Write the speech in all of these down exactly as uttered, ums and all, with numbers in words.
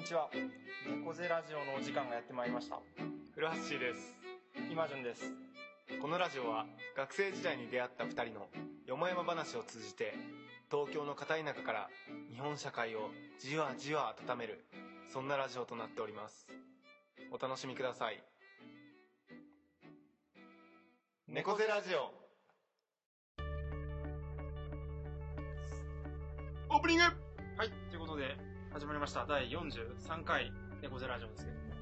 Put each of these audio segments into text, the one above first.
にちは。猫背ラジオのお時間がやってまいりました。 古橋です。 今順です。 このラジオは学生時代に出会ったふたりのよもやま話を通じて、東京の片田舎から日本社会をじわじわ温める、そんなラジオとなっております。お楽しみください。猫背ラジオオープニング。 はい、ということで始まりましただいよんじゅうさんかい猫背ラジオですけども、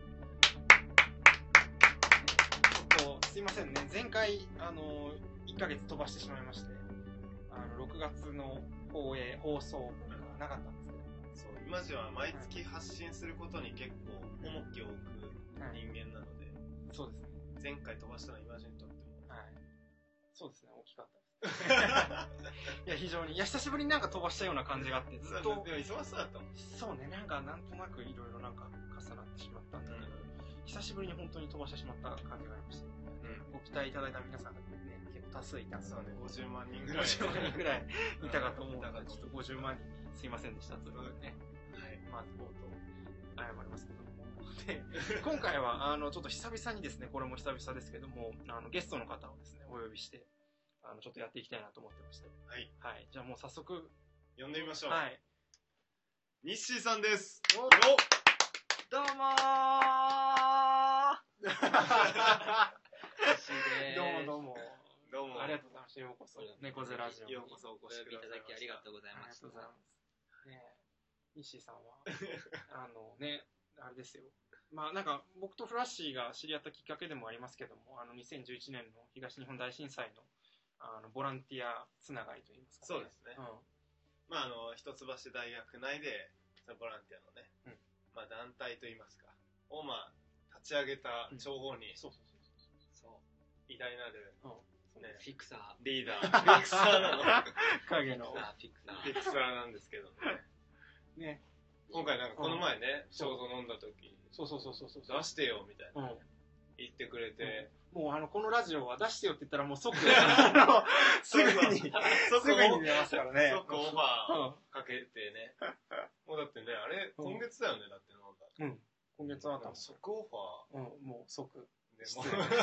ちょっとすいませんね、前回あのいっかげつ飛ばしてしまいまして、あのろくがつの放映放送がなかったんですけど、 そう、今じは毎月発信することに結構重きを置く人間なので、 はい、そうですね、 前回飛ばしたのは今じにとっても、 はい、そうですね、大きかったですいや、非常に、いや、久しぶりになんか飛ばしたような感じがあって、ずっと忙しそうだったもん。 そうね、なんかなんとなくいろいろなんか重なってしまったんだけど、うん、久しぶりに本当に飛ばしてしまった感じがありました、ね、うん、ご期待いただいた皆さんがね、結構多数いた。 そうね、ごじゅうまんにんぐらい、 ごじゅうまんにんぐらいいたかと思うので、ちょっとごじゅうまんにんすいませんでしたということでね、はい、まず冒頭謝りますけども、で今回はあのちょっと久々にですね、これも久々ですけども、あのゲストの方をですねお呼びして。あのちょっとやっていきたいなと思ってまして、はい、はい、じゃあもう早速呼んでみましょう。 はい、 ニッシーさんです。 おお、 どうもーニッシーでーす。 どうもどうもどうもありがとうございました。ようこそ猫背ラジオにようこそお越しくださいました。 お呼びいただきありがとうございました。ありがとうございます。 ね、ニッシーさんはあのね、あれですよ。まあなんか僕とフラッシーが知り合ったきっかけでもありますけども、あのにせんじゅういちねんの東日本大震災のあのボランティアつながりといいますか、ね、 そうですね、 うん、 まああの一橋大学内でそのボランティアのね、うん、まあ団体といいますかをまあ立ち上げた張本人、うん、そうそうそうそうそう偉大なる、 うんね、フィクサーリーダーフィクサーなの影のフィクサーフィクサーなんですけどねね、 今回なんかこの前ね、ちょうど飲んだ時、 そうそうそうそうそう出してよみたいな、うん、言ってくれて、 うん、もうあのこのラジオは出してよって言ったらもう即あのすぐにすぐに出ますからね。 即オファーかけてね。もうだってね、あれ今月だよね、だって飲んだ。 うん。今月あったもん。 即オファー。うん、もう即。 でも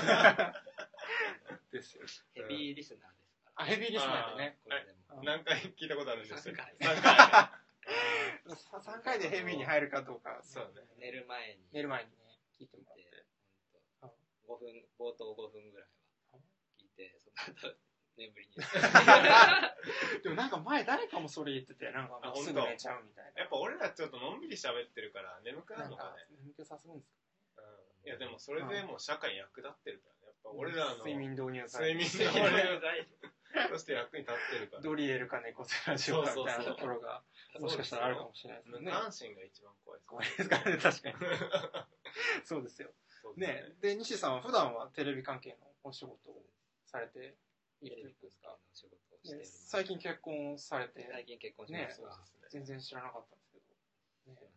ですよ。 ヘビーリスナーですから。 あ、ヘビーリスナーでね。 何回聞いたことあるんですか。 さんかい。 さんかい。さんかいでヘビーに入るかどうか。 そうね。 寝る前に。 寝る前にね、聞いてもらって。 ごふん、冒頭ごふんぐらいは聞いて、その後眠りに。 でもなんか前誰かもそれ言ってて、なんかすぐ寝ちゃうみたいな。 やっぱ俺らちょっとのんびり喋ってるから眠くなるのかね。 眠気さするんですかね。 いやでもそれでもう社会に役立ってるからね。やっぱ俺らの睡眠導入剤。睡眠導入剤として役に立ってるから。 ドリエルか猫背ラジオかみたいなところがもしかしたらあるかもしれないですね。 無関心が一番怖いです。 怖いですからね、確かに。そうですよ。ね、で西さんは普段はテレビ関係のお仕事をされているんですか？最近結婚されて、 最近結婚しました。 全然知らなかったんですけど。 すいません。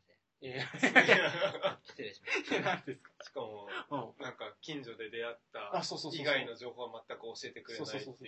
失礼しました。何ですか？ しかも、なんか近所で出会った以外の情報は全く教えてくれないっていう。そ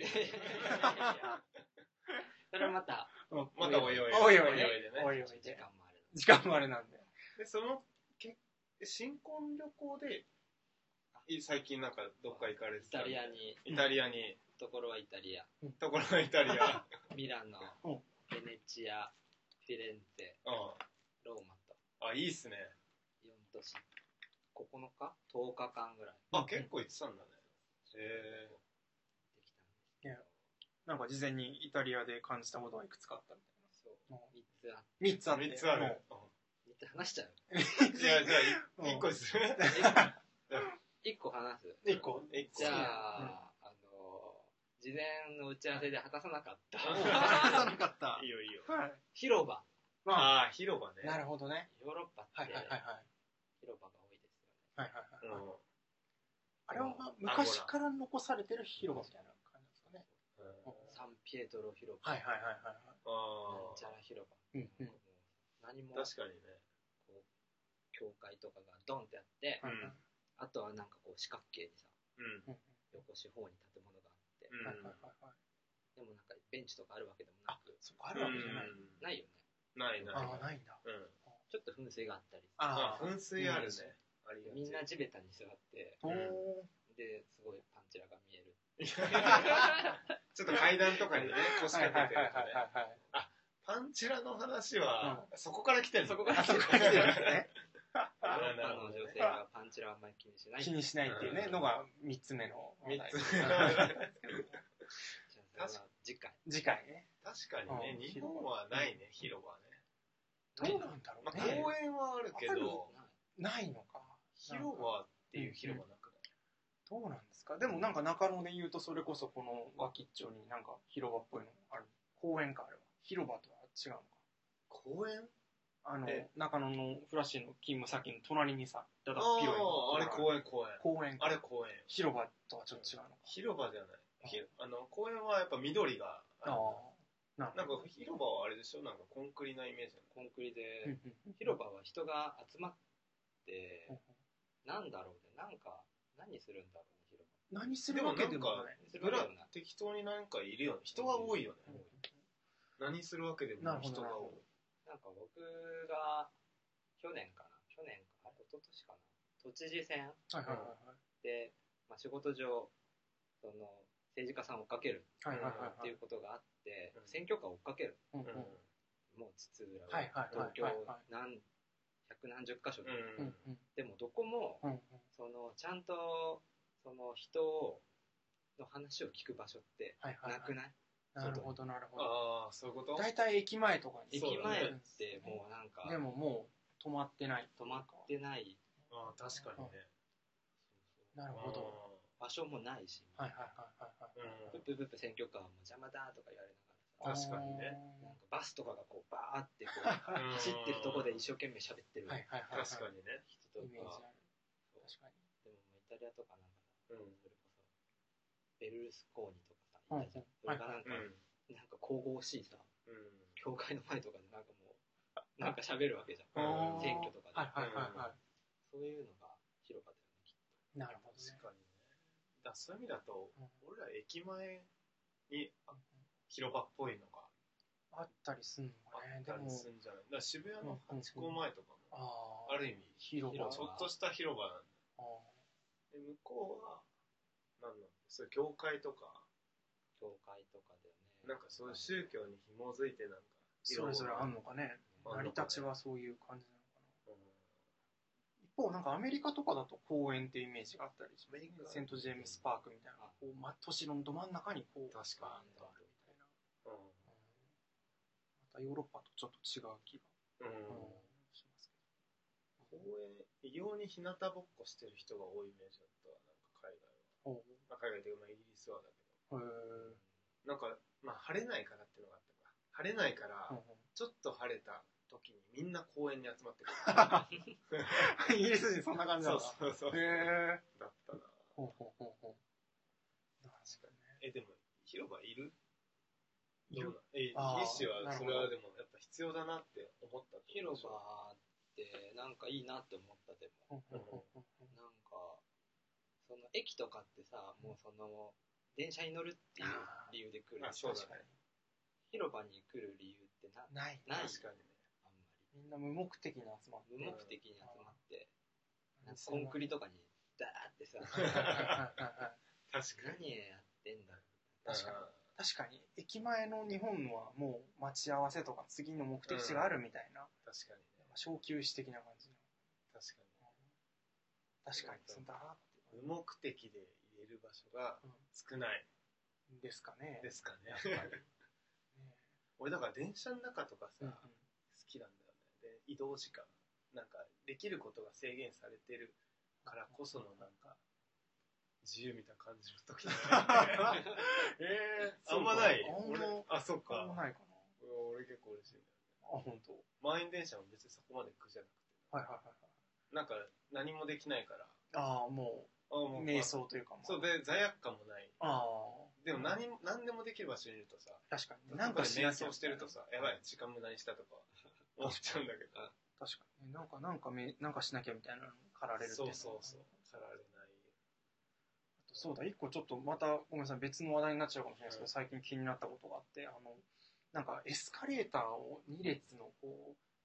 れはまた、 またおいおい。 おいおいでね。 おいおいで。時間もある。 時間もあれなんで。 で、その、新婚旅行で、最近なんかどっか行かれてた。 イタリアに。 イタリアに。 ところはイタリア。 ところはイタリア。 ミラノ、ベネチア、フィレンツェ、ローマと。 あ、いいっすね。 よん都市。ここのかとおかかんぐらい。 あ、結構行ってたんだね。へえ。 できたんですけど。 なんか事前にイタリアで感じたことがいくつかあったみたいな。 そう。みっつあって。 みっつあって。 みっつある。 みっつ話しちゃう。 いや、じゃあ、いっこです。 いっこ話す。 いっこ。 じゃあ、あの、事前の打ち合わせで果たさなかった。 果たさなかった。 いいよいいよ。 広場。 ああ、広場ね。 なるほどね。 ヨーロッパって広場が多いですよね。 はいはいはい。あれは昔から残されてる広場みたいな感じですかね。 サンピエトロ広場。 はいはいはいはい。 なんちゃら広場。何も。 確かにね。 こう、教会とかがドンってあって、あとはなんかこう四角形にさ、横四方に建物があって、でもなんかベンチとかあるわけでもなく。 そこあるわけじゃない。 ないよね。 ないない。 ああ、ないんだ。 うん。 ちょっと噴水があったり。 ああ、噴水あるね。ありがち。 みんな地べたに座って、で、すごいパンチラが見える。 ちょっと階段とかにね、腰掛けてるとね。あ、パンチラの話は、そこから来てるそこから来てるんですね。 ヨーロッパの女性がパンチラあんまり気にしない。 気にしないっていうね、のが三つ目の。 三つ目の。 次回。 次回ね。 確かにね、日本はないね、広場ね。 どうなんだろうね。公園はあるけど、 ないのか。 広場っていう広場なくない？ どうなんですか。でもなんか中野で言うと、それこそこの脇っちょになんか広場っぽいのある。公園かあれは。広場とは違うのか。 公園？ あの、中野のフラッシュの勤務先の隣にさ、 だだっ広い。ああ、あれ公園公園。 公園。 あれ公園。 広場とはちょっと違うのか。 広場ではない。あの、公園はやっぱ緑が。ああ。なんか広場はあれでしょ、なんかコンクリなイメージ。 コンクリで、広場は人が集まって、なんだろうね、なんか、何するんだろうね、広場。 何するわけでもない。 ブラ適当になんかいるよね。人は多いよね。何するわけでもない人が多い。 なんか僕が、去年かな、去年か、あれ、一昨年かな、都知事選で、まあ、仕事上、その、政治家さんを追っかけるっていうことがあって、選挙カーを追っかける。もう津々浦々、東京何、百何十箇所で。でもどこも、その、ちゃんと、その人の話を聞く場所ってなくない？ なるほど、なるほど。 ああ、そういうこと？ 大体駅前とかに。 駅前ってもうなんか。 でももう止まってない。 止まってない。 ああ、確かにね。 なるほど。 場所もないし。 はいはいはいはい。 ブップブップ選挙カーも邪魔だとか言われながらさ。確かにね。 なんかバスとかがこうバーってこう走ってるとこで一生懸命喋ってる。 はいはいはい。確かにね。 人とか。 イメージある。確かに。 でもイタリアとかなんかそれこそベルルスコーニとかさ、いたじゃん。それがなんか、なんか神々しいさ、教会の前とかでなんかもう、なんか喋るわけじゃん。選挙とかで。 はいはいはいはい。 そういうのが広場だよね、きっと。 なるほどね。 確かにね。だそういう意味だと、俺ら駅前に広場っぽいのがあったりすんのかね。 あったりすんじゃない。だから渋谷のハチ公前とかも、ある意味、 広場。 ちょっとした広場なんだ。で、向こうは、なんだろう、そういう教会とか、 教会とかでね。 なんかそういう宗教に紐づいてなんか、 それぞれあんのかね。成り立ちはそういう感じなのかな。一方、なんかアメリカとかだと公園っていうイメージがあったりします。セントジェームスパークみたいな。こう、ま、都市のど真ん中にこう、 確かにあるみたいな。またヨーロッパとちょっと違う気がしますけど。公園、異様に日向ぼっこしてる人が多いイメージだったわ、なんか海外は。まあ、海外というか、まあ、イギリスはだけど。なんか、まあ、晴れないからっていうのがあったから。晴れないから、ちょっと晴れた時にみんな公園に集まってくる。 イギリス人そんな感じだった。 そうそうそう。 へー。 だったな。 ほうほうほうほう。 確かにね。え、でも、広場いるいるえ、イギリスは、それはでも、やっぱ必要だなって思った。 広場ってなんかいいなって思ったでも。なんか、その駅とかってさ、もうその、電車に乗るっていう理由で来る。 そうだね。 広場に来る理由ってなない。 ない。 確かにね。 あんまり。 みんな無目的に集まって。 無目的に集まって、なんかコンクリとかにダーってさ、 確かに。 何やってんだろう。 確かに。確かに。駅前の日本はもう待ち合わせとか次の目的地があるみたいな。 確かにね。 小休止的な感じ。 確かに。 確かに。そんだ無目的で入れる場所が少ない。 ですかね。 ですかね。俺だから電車の中とかさ、好きなんだよね。で、移動時間。なんか、できることが制限されてるからこそのなんか、自由みたいな感じの時えー、あんまない俺、あ、そっか。 あんまないかな。 俺結構嬉しいんだよね。 あ、本当。 満員電車も別にそこまで苦じゃなくて。 はいはいはいはい。 なんか、何もできないから。 ああ、もう、瞑想というかも。 そうで、罪悪感もない。 ああ。 でも何も、何でもできる場所にいるとさ、 確かに。 なんか瞑想してるとさ、やばい、時間無駄にしたとか思っちゃうんだけど。 確かに。なんか、なんかめ、なんかしなきゃみたいなの駆られるっていう。 そうそうそう。駆られない。 あとそうだ、一個ちょっとまた、ごめんなさい、別の話題になっちゃうかもしれないですけど、最近気になったことがあって、あの、なんかエスカレーターをに列のこう、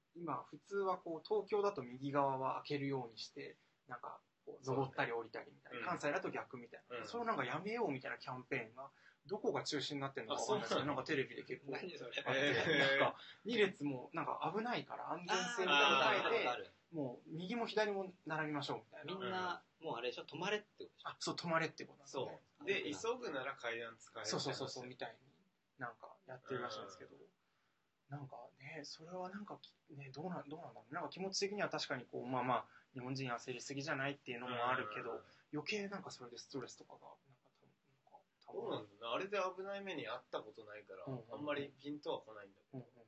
今普通はこう東京だと右側は開けるようにしてなんかこう登ったり降りたりみたいな、関西だと逆みたいな、それをなんかやめようみたいなキャンペーンがどこが中心になってるのかわかんないですけど、なんかテレビで結構何それ、 なんかに列もなんか危ないから安全性みたいなのを変えて、もう右も左も並びましょうみたいな。 みんなもうあれでしょ、止まれってことでしょ。 あ、そう、止まれってことなんですね。 そうで、急ぐなら階段使える。 そうそうそうそうみたいになんかやってるらしいんですけど、なんかね、それはなんかね、どうなんどうなんだろう。なんか気持ち的には確かにこうまあまあ日本人焦りすぎじゃないっていうのもあるけど、余計なんかそれでストレスとかがどうなんだろうな、あれで危ない目に遭ったことないから、うんうんうん、あんまりピンとは来ないんだけど、うんうんうん、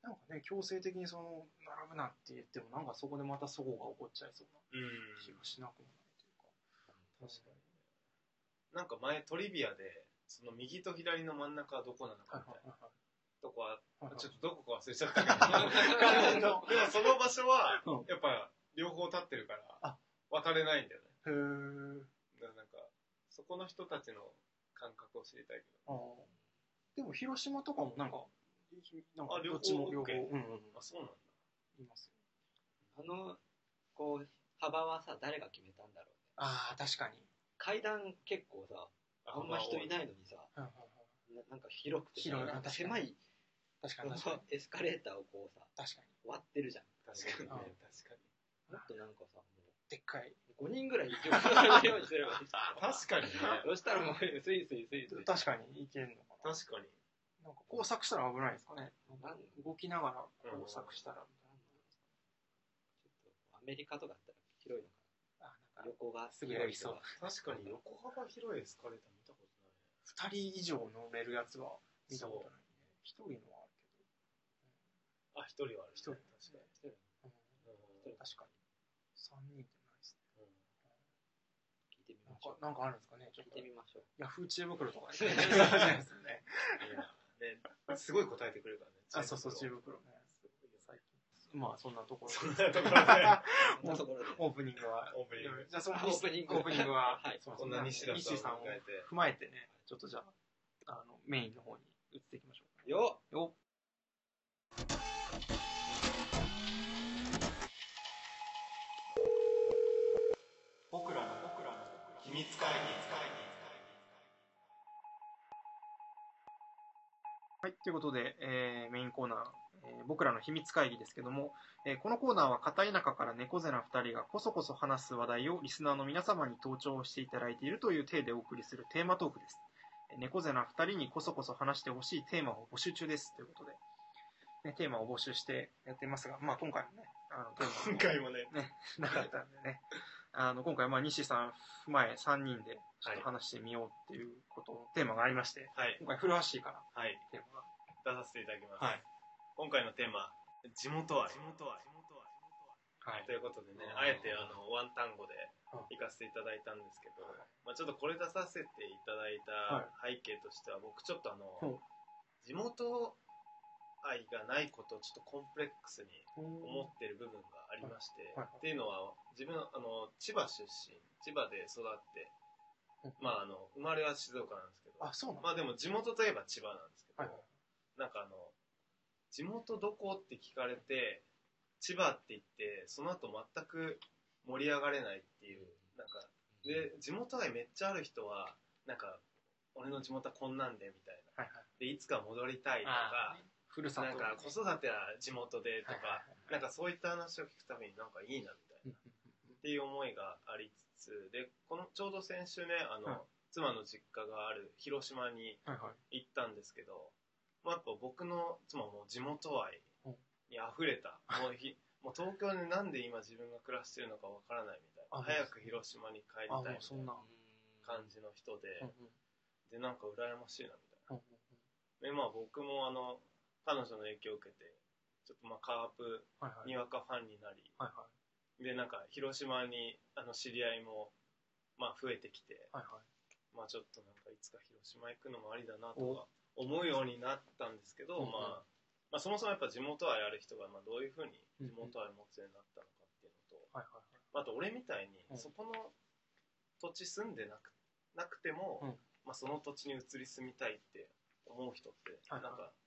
なんかね、強制的にその並ぶなって言ってもなんかそこでまた齟齬が起こっちゃいそうな気がしなくもないというか、 うん、確かにね。なんか前トリビアでその右と左の真ん中はどこなのかみたいなとこは、ちょっとどこか忘れちゃったけどでもその場所はやっぱ両方立ってるから渡れないんだよね。 へー。 だからなんかそこの人たちの感覚を知りたいけど。 あでも広島とかもなんか、なんかどっちも両方、うんうん、 あ、そうなんだ。 いますよ。あのこう幅はさ、誰が決めたんだろうね。 ああ、確かに。 階段結構さ、あんま人いないのにさ、な, なんか広くて広い、 なんか狭い、 確かに確かにエスカレーターをこうさ、 確かに割ってるじゃん。 確かにね、確かに。 もっとなんかさ、もうでっかいごにんぐらい一応乗るようにすればいい。 確かにね。 そしたらもうスイスイスイスイ。 確かにいけんのかな。 確かに。 なんか工作したら危ないですかね。動きながら工作したら。 ちょっとアメリカとかだったら広いのかな。あ、なんか横がすぐやりそう。 確かに横幅広いエスカレーター見たことないね。 ふたり以上乗れるやつは見たことないね。ひとりのはあるけど。あ、ひとりはある。 ひとり確かに。 ひとり。確かに。さんにんってないですね。 聞いてみましょう。 なんかあるんですかね。 聞いてみましょう。 ヤフー知恵袋とかね。ですね。 すごい答えてくれるからね。 あ、そうそう、知恵袋ね。最近。まあ、そんなところで。 そんなところで。 オープニングは。 オープニング。 じゃあ、そのオープニング。オープニングは、 そんな西田さんを踏まえてね、ちょっとじゃあ、あの、メインの方に移っていきましょう。 よっよっ僕らの僕らの秘密会議。はい、ということで、えー、メインコーナー、えー、僕らの秘密会議ですけども、えー、このコーナーは片田舎から猫背なふたりがこそこそ話す話題をリスナーの皆様に登聴していただいているという体でお送りするテーマトークです。猫背なふたりにこそこそ話してほしいテーマを募集中ですということで、ね、テーマを募集してやっていますが、まあ今回もね、あのテーマ今回もね、 ねなかったんでね。あの今回まあ西さん踏まえさんにんでちょっと話してみようっていうことのテーマがありまして、はい、今回古橋からテーマが出させていただきます、 はい、 今回のテーマ地元愛、地元愛、はい、ということでね、あえてあのワン単語で行かせていただいたんですけど、はい、まあ、ちょっとこれ出させていただいた背景としては、僕ちょっとあの、はい、地元愛がないことをちょっとコンプレックスに思ってる部分がありまして、はいはい、っていうのは自分あの千葉出身、千葉で育って、まああの生まれは静岡なんですけど、 あ、そうなんまあでも地元といえば千葉なんですけど、 はいはい、 なんかあの地元どこって聞かれて千葉って言ってその後全く盛り上がれないっていう、なんかで地元愛めっちゃある人はなんか俺の地元はこんなんでみたいな、 はいはい、 でいつか戻りたいとか。 ふるさとなんか子育ては地元でとか、なんかそういった話を聞くためになんかいいなみたいなっていう思いがありつつで、このちょうど先週ねあの、はい、妻の実家がある広島に行ったんですけど、まあ、やっぱ僕の妻も地元愛にあふれた、もうひもう東京でなんで今自分が暮らしてるのかわからないみたいな、早く広島に帰りたいみたいな感じの人で、でなんか羨ましいなみたいな。でまあ僕もあの彼女の影響を受けてちょっとまあカープにわかファンになり、はいはい、でなんか広島にあの知り合いもまあ増えてきて、はいはい、まあちょっとなんかいつか広島行くのもありだなとか思うようになったんですけど、まあ、まあそもそもやっぱ地元愛ある人がまあどういうふうに地元愛を持つようになったのかっていうのと、はいはいはい、あと俺みたいにそこの土地住んでなく、なくても、うん、まあ、その土地に移り住みたいって思う人ってなんか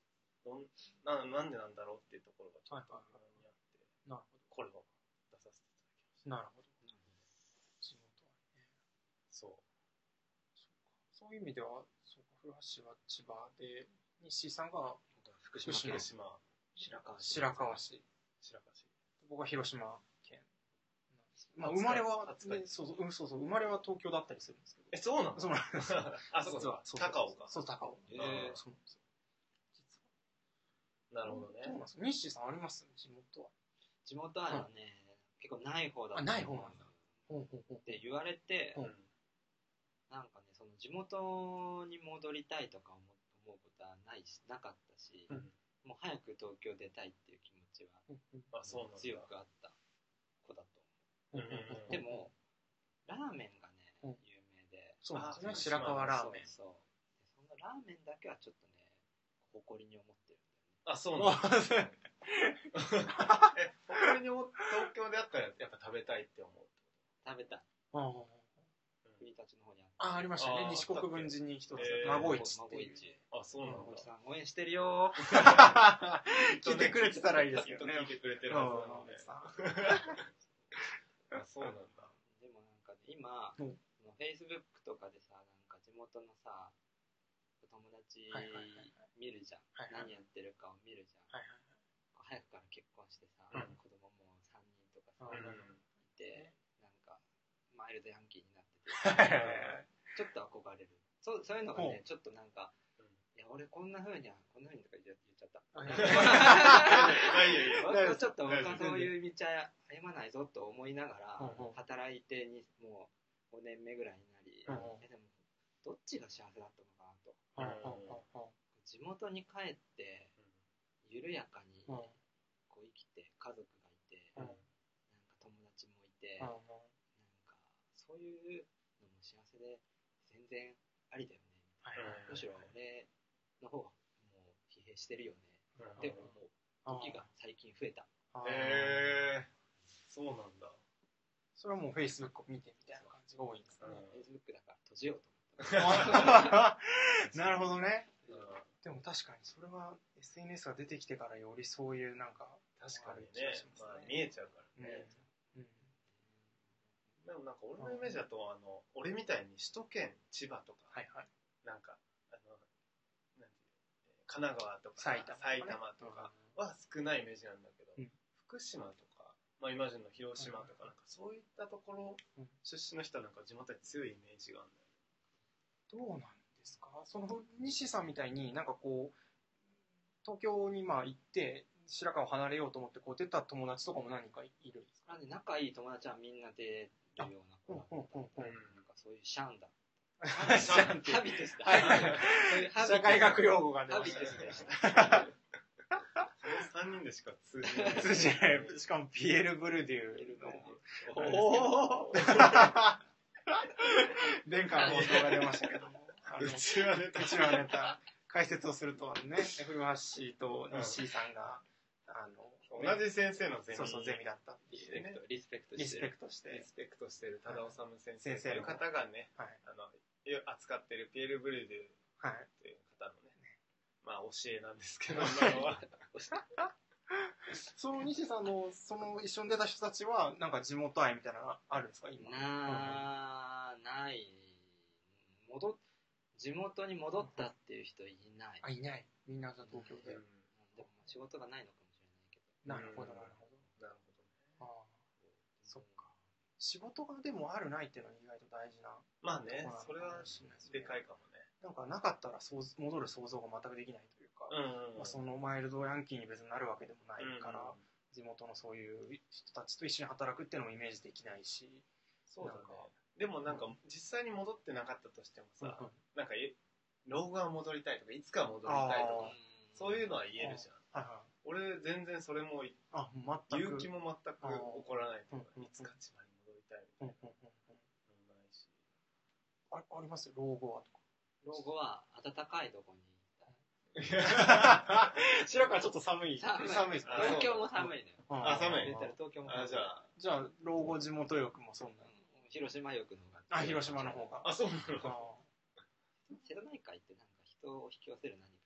どんななんでなんだろうっていうところがちょっとはいはいはい疑問にあって、 なるほど。 これを出させていただきました。 なるほど。地元愛ね。 そう。 そういう意味では、そうか、古橋は千葉で、西さんが福島福島白河市。 白河市。 白河市。 僕は広島県。まあ、生まれは、ね、そうそう、そうそう、生まれは東京だったりするんですけど。 え、そうなの？ そうなんです。 あ、そうか。高尾か。 そう、高尾。 えー、 そうなんですよ。 なるほどね。 そうなんです。西さんあります地元は。 地元愛はね、結構ない方だとあ、ない方なんだ。 ほうほうほうって言われて、 うん、 なんかね、その地元に戻りたいとか思うことはないし、なかったし、うん、もう早く東京出たいっていう気持ちは強くあった子だと思う。うん、でも、ラーメンがね、有名で、 そうですね、白河ラーメン。 そうそう。そのラーメンだけはちょっとね、誇りに思ってるんだよね。 あ、そうなんだ。え、誇りに思って東京であったらやっぱ食べたいって思う？ 食べたい。国立の方にあった。 あ、ありましたね。西国分寺に一つ、孫市っていう。 あ、そうなんだ。 孫市さん応援してるよー。 聞いてくれてたらいいですけどね。 聞いてくれてるはずなので。あ、そうなんだ。 でもなんか今、Facebook とかでさ、なんか地元のさ、友達見るじゃん。何やってるかを見るじゃん。早くから結婚してさ、子供もさんにんとかさ、いて、なんか、マイルドヤンキーになってて、ちょっと憧れる。そう、そういうのがね、ちょっとなんか、いや、俺こんな風に、こんな風にとか言っちゃった。ちょっと僕はそういう道は歩まないぞと思いながら、働いてに、もうごねんめぐらいになり、え、でも、どっちが幸せだったのかなと。地元に帰って、緩やかにこう生きて、家族がいて、なんか友達もいて、なんかそういうのも幸せで全然ありだよね。むしろ俺の方がもう疲弊してるよねって思う時が最近増えた。 へえ、そうなんだ。 それはもう Facebook を見てみたいな感じが多いんですかね。 Facebook だから閉じようと思った。 なるほどね。でも確かにそれは エスエヌエス が出てきてからよりそういうなんか確かにね、まあ、見えちゃうからね。うんうん、でもなんか俺のイメージだと、あの俺みたいに首都圏千葉とか、はいはい、なんかあのなんていう神奈川とか埼玉とか、ね、埼玉とかは少ないイメージなんだけど、うん、福島とか、まあ、今までの広島とか、なんかそういったところ出身の人はなんか地元に強いイメージがあるんだよね。 どうなんですか？その西さんみたいになんかこう東京にまあ行って白河を離れようと思ってこう出た友達とかも何人かいるんですか？ なんで仲いい友達はみんな出るような子だったので、なんかそういうシャンだシャンってハビテスだ。 社会学用語が出まました。 ハビテスでした。 そのさんにんでしか通じない。 通じない。しかもピエール・ブルデューのおお殿下の放送が出ましたけども。 うちはネタ。 うちはネタ。解説をするとね、古橋と西さんが、あの、 同じ先生のゼミ。 そうそう、ゼミだったっていうね。 リスペクトしてる。リスペクトして。 リスペクトしてる忠夫先生という方がね、はい、あの、扱ってるピエール・ブルデューという方のね、はい、まあ教えなんですけど、 その西さんの、その一緒に出た人たちは、なんか地元愛みたいなのがあるんですか、今。 なー、ない。戻っ地元に戻ったっていう人いない。 あ、いない。みんな東京で。 うん、でも仕事がないのかもしれないけど。なるほど、なるほど。 なるほどね。 ああ、そっか。仕事がでもあるないっていうのは意外と大事な。 まあね、それはでかいかもね。 なんかなかったらそう戻る想像が全くできないというか、うんうんうん、まあ、そのマイルドヤンキーに別になるわけでもないから、うんうん、地元のそういう人たちと一緒に働くっていうのもイメージできないし。 そうだね。でもなんか実際に戻ってなかったとしてもさ、うん、なんか老後は戻りたいとかいつか戻りたいとかそういうのは言えるじゃん、はいはい、俺全然それもあ全く勇気も全く起こらないというか、いつか千葉に戻りたいみたいなのないし、 あ, ありますよ老後はとか。 老後は暖かいとこに行きたい白川ちょっと寒い寒い寒い東京も寒いね。 あ寒い東京も寒い。 じゃあじゃあ老後地元欲もそんなの。 広島欲の方が。 あ、広島の方が。 あ、そうなのか。 瀬戸内海ってなんか人を引き寄せる何か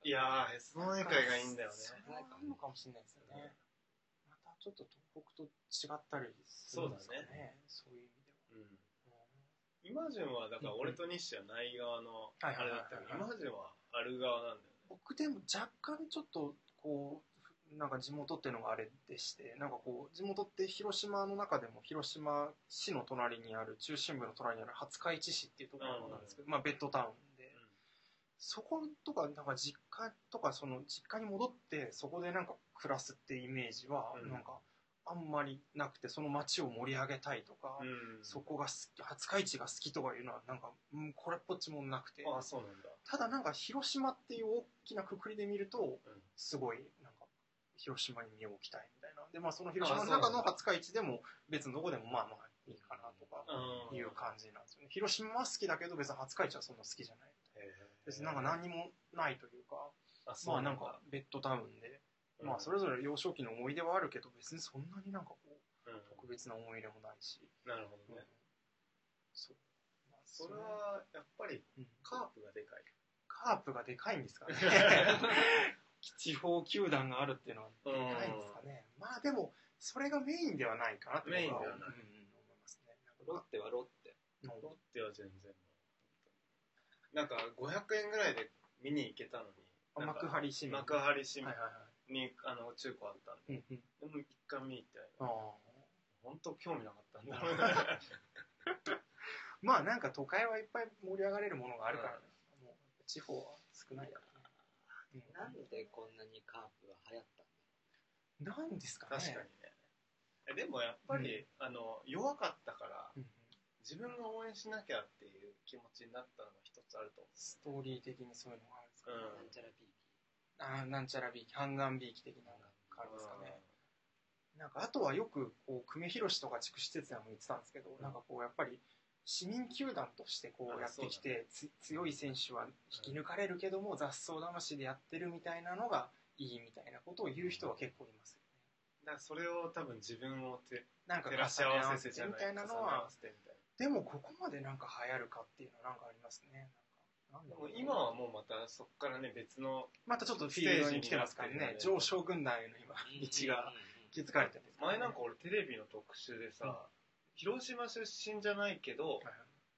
いやー、へその絵会がいいんだよね。 それはあるのかもしれないですよね。またちょっと東北と違ったりするんですかね。そういう意味では。 うん、イマジンはだから俺と日誌はない側のあれだったけど、イマジンはある側なんだよね。 僕でも若干ちょっとこうなんか地元っていうのがあれでして、なんかこう地元って広島の中でも広島市の隣にある中心部の隣にある廿日市市っていうところなんですけど、まあベッドタウンで、そことかなんか実家とかその実家に戻ってそこでなんか暮らすっていうイメージはなんかあんまりなくて、その街を盛り上げたいとか、うん、そこが好き、廿日市が好きとかいうのはなんか、うん、これっぽっちもなくて、 あ、そうなんだ。 ただなんか広島っていう大きなくくりで見ると、すごいなんか広島に身を置きたいみたいな。でまあその広島の中の廿日市でも別のどこでもまあまあいいかなとかいう感じなんですよね。広島は好きだけど別に廿日市はそんな好きじゃない。別になんか何にもないというか、あまあなんかベッドタウンで、うん、まあそれぞれ幼少期の思い出はあるけど別にそんなになんかこう、うん、特別な思い入れもないし。 なるほどね。うん、 そう。 まあ、それはやっぱりカープがでかい。うん、 カープがでかいんですかね。地方球団があるっていうのはでかいんですかね。うん、まあでもそれがメインではないかなってメインではない、うん、 思いますね。 ロッテはロッテ。 ロッテは全然。なんかごひゃくえんぐらいで見に行けたのに、 幕張市民幕張市民にあの中古あったんで、うんうん、でも一回見に行ってない。本当興味なかったんだろうね。 まあなんか都会はいっぱい盛り上がれるものがあるからね。うん、もう地方は少ないからね。 うん、なんでこんなにカープが流行ったんだろう。なんですかね。 確かにね。でもやっぱり、うん、あの弱かったから。うん、自分が応援しなきゃっていう気持ちになったのが一つあると思う。 ストーリー的にそういうのがあるんですかね。 うん、なんちゃらビーキ。 ああ、なんちゃらビーキ。ハンガンビーキ的な感じですかね。うん、なんかあとはよくこう久米宏とか筑紫哲也も言ってたんですけど、うん、なんかこうやっぱり市民球団としてこうやってきて、強い選手は引き抜かれるけども、うん、雑草魂でやってるみたいなのがいいみたいなことを言う人は結構いますよね。 だからそれを多分自分をてなんか照らし合わせてみたいなのは。でもここまでなんか流行るかっていうのはなんかありますね。 なんかでも今はもうまたそこからね別のまたちょっとフィールドに来てますからね。上昇軍団への今道が築かれてるんですかね。前なんか俺テレビの特集でさ、うん、広島出身じゃないけど、はいはい、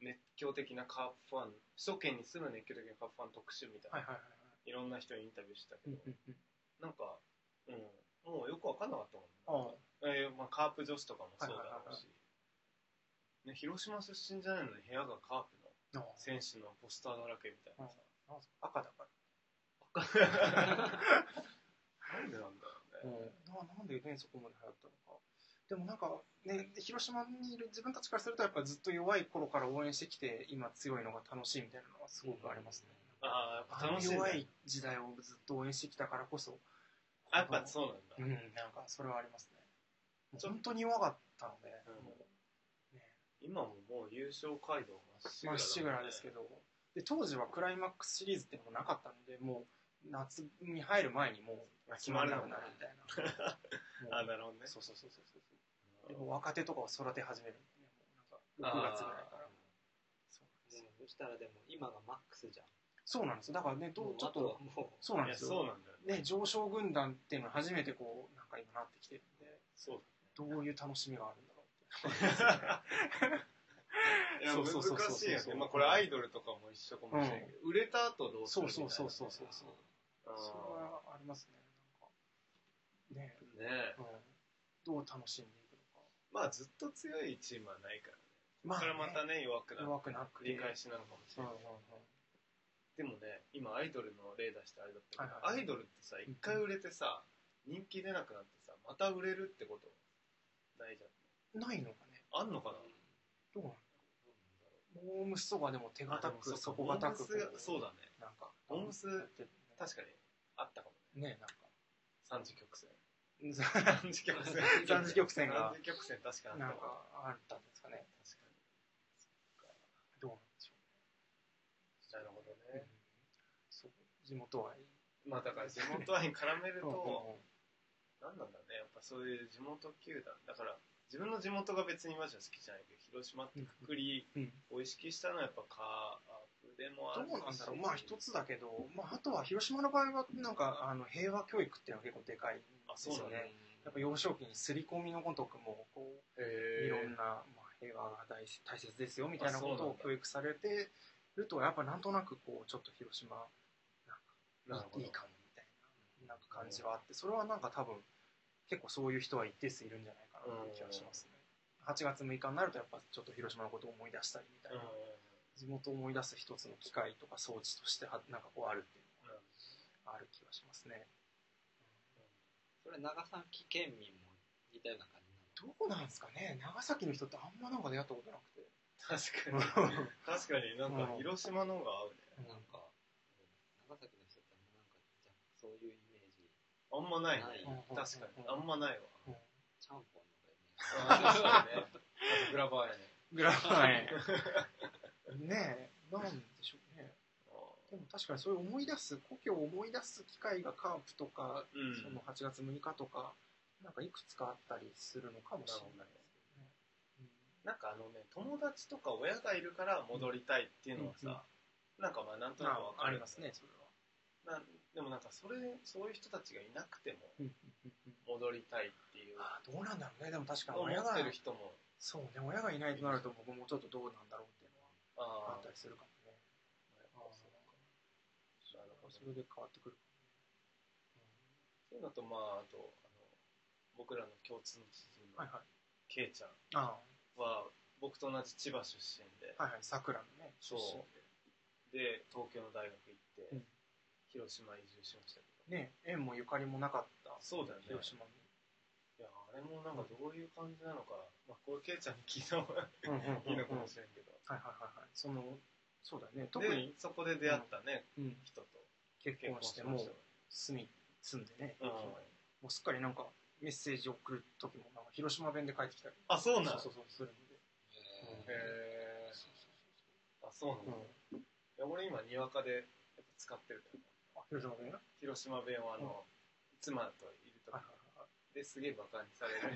熱狂的なカープファン、首都圏に住む熱狂的なカープファン特集みたいな、はいはいはい、いろんな人にインタビューしたけど、なんか、うん、もうよくわかんなかったもんね。えーまあ、カープ女子とかもそうだろうし。はいはいはいはいね、広島出身じゃないのに部屋がカープの選手のポスターだらけみたいなさ、 赤だから赤なんでなんだろうね、 うん、な, なんでねそこまで流行ったのか。でもなんかね広島にいる自分たちからするとやっぱずっと弱い頃から応援してきて今強いのが楽しいみたいなのはすごくありますね、 うん、ああやっぱ楽しい、 ね、弱い時代をずっと応援してきたからこそあやっぱそうなんだ、 うん、なんかそれはありますね。本当に弱かったので、うん、もう今ももう優勝街道まっしぐらですけど、で当時はクライマックスシリーズっていうのもなかったので、もう夏に入る前にもう決まるなくなるみたいな。 あ、なるほどね。 そうそうそうそうそう。でも若手とかを育て始めるんで、ね、もうなんかろくがつぐらいから。 そうなんです。そしたらでも今がマックスじゃん。 そうなんですよ。だからね、どうちょっとそうなんですよ。 そうなんだよね。 ね、上昇軍団っていうのは初めてこうなんか今なってきてるんで、 そうどういう楽しみがあるんだろうって。 いや難しいよね。まあこれアイドルとかも一緒かもしれないけど、うん、売れた後どうするみたいな。 そうそうそうそうそう。それはありますね。なんかねえ。 ねえ、 うん。どう楽しんでいくのか。 まあずっと強いチームはないからね。まあ、ね、これからまたね弱くなる。 弱くなって。 繰り返しなのかもしれない。うんうんうん、でもね今アイドルの例出してあれだったけど、はいはい、アイドルってさ一回売れてさ、うん、人気出なくなってさまた売れるってことないじゃん。 ないのかね。 あんのかな。 どうなんだろう。モームスとかでも手堅く底堅くそうだね。 なんかモームス確かにあったかもね。ねなんか三次曲線。 三次曲線。三次曲線が三次曲線確かになんかあったんですかね。 確かに。 どうなんでしょう。なるほどね。 そう地元愛。 まあだから地元愛に絡めるとなんなんだねやっぱそういう地元球団だから。自分の地元が別にマジで好きじゃないけど広島ってくくりを意識したのはやっぱカープでもあるし、 どうなんだろう、まあ一つだけど、まあ、あとは広島の場合はなんかあの平和教育っていうのが結構でかいんですよね。やっぱ幼少期に刷り込みのごとくもこういろんな、まあ、平和が大大切ですよみたいなことを教育されてると、やっぱなんとなくこうちょっと広島なんかいい、いいかもみたいな、なんか感じはあって、それはなんか多分結構そういう人は一定数いるんじゃないかなという気がしますね。はちがつむいかになるとやっぱちょっと広島のことを思い出したりみたいな、地元を思い出す一つの機会とか装置としてはなんかこうあるっていうのがある気がしますね。 それ長崎県民も似たような感じなの？ どうなんですかね。長崎の人ってあんまなんか出会ったことなくて。 確かに確かになんか広島の方が合うね。 なんか長崎の人ってあんまなんかじゃそういうイメージあんまないね。確かにあんまないわ。 ちゃんぽんのがイメージ。 確かにね。あとグラバーやね。 グラバーやね。ねえ、なんでしょうね。でも確かにそういう思い出す、故郷を思い出す機会がカープとか、うん、そのはちがつむいかとか、なんかいくつかあったりするのかもしれないですけどね。 うん、なんかあのね、友達とか親がいるから戻りたいっていうのはさ、うんうん、なんかまあなんとなくわかる。 ありますね、それは。 なでもなんかそれ、そういう人たちがいなくても戻りたいっていう。 あどうなんだろうね、でも確かに親がいる人も。 そうね、親がいないとなると僕もちょっとどうなんだろうっていうのはあったりするかもね。それで変わってくるかもね。 そういうのと、まあ、あと、あの僕らの共通の知人のケイちゃんは、僕と同じ千葉出身で、 はいはい、桜のね、 出身で、で、東京の大学行って、うん、広島移住しましたけど。 ね、縁もゆかりもなかった。 そうだよね。 広島に。 いや、あれもなんかどういう感じなのか、まあ、これケイちゃんに聞いた方がいいのかもしれんけど。 はいはいはいはい。その、そうだね。 特にそこで出会ったね、うん、人と。 結婚しても住み住んでね、うん、もうすっかりなんかメッセージ送る時もなんか広島弁で帰ってきたり、 あ、そうなんそうそうそうするんで、 へえ、あ、そうなんだ、うん、いや俺今にわかでやっぱ使ってるから、 あ、広島弁広島弁はあの、うん、妻といる時ですげえバカにされる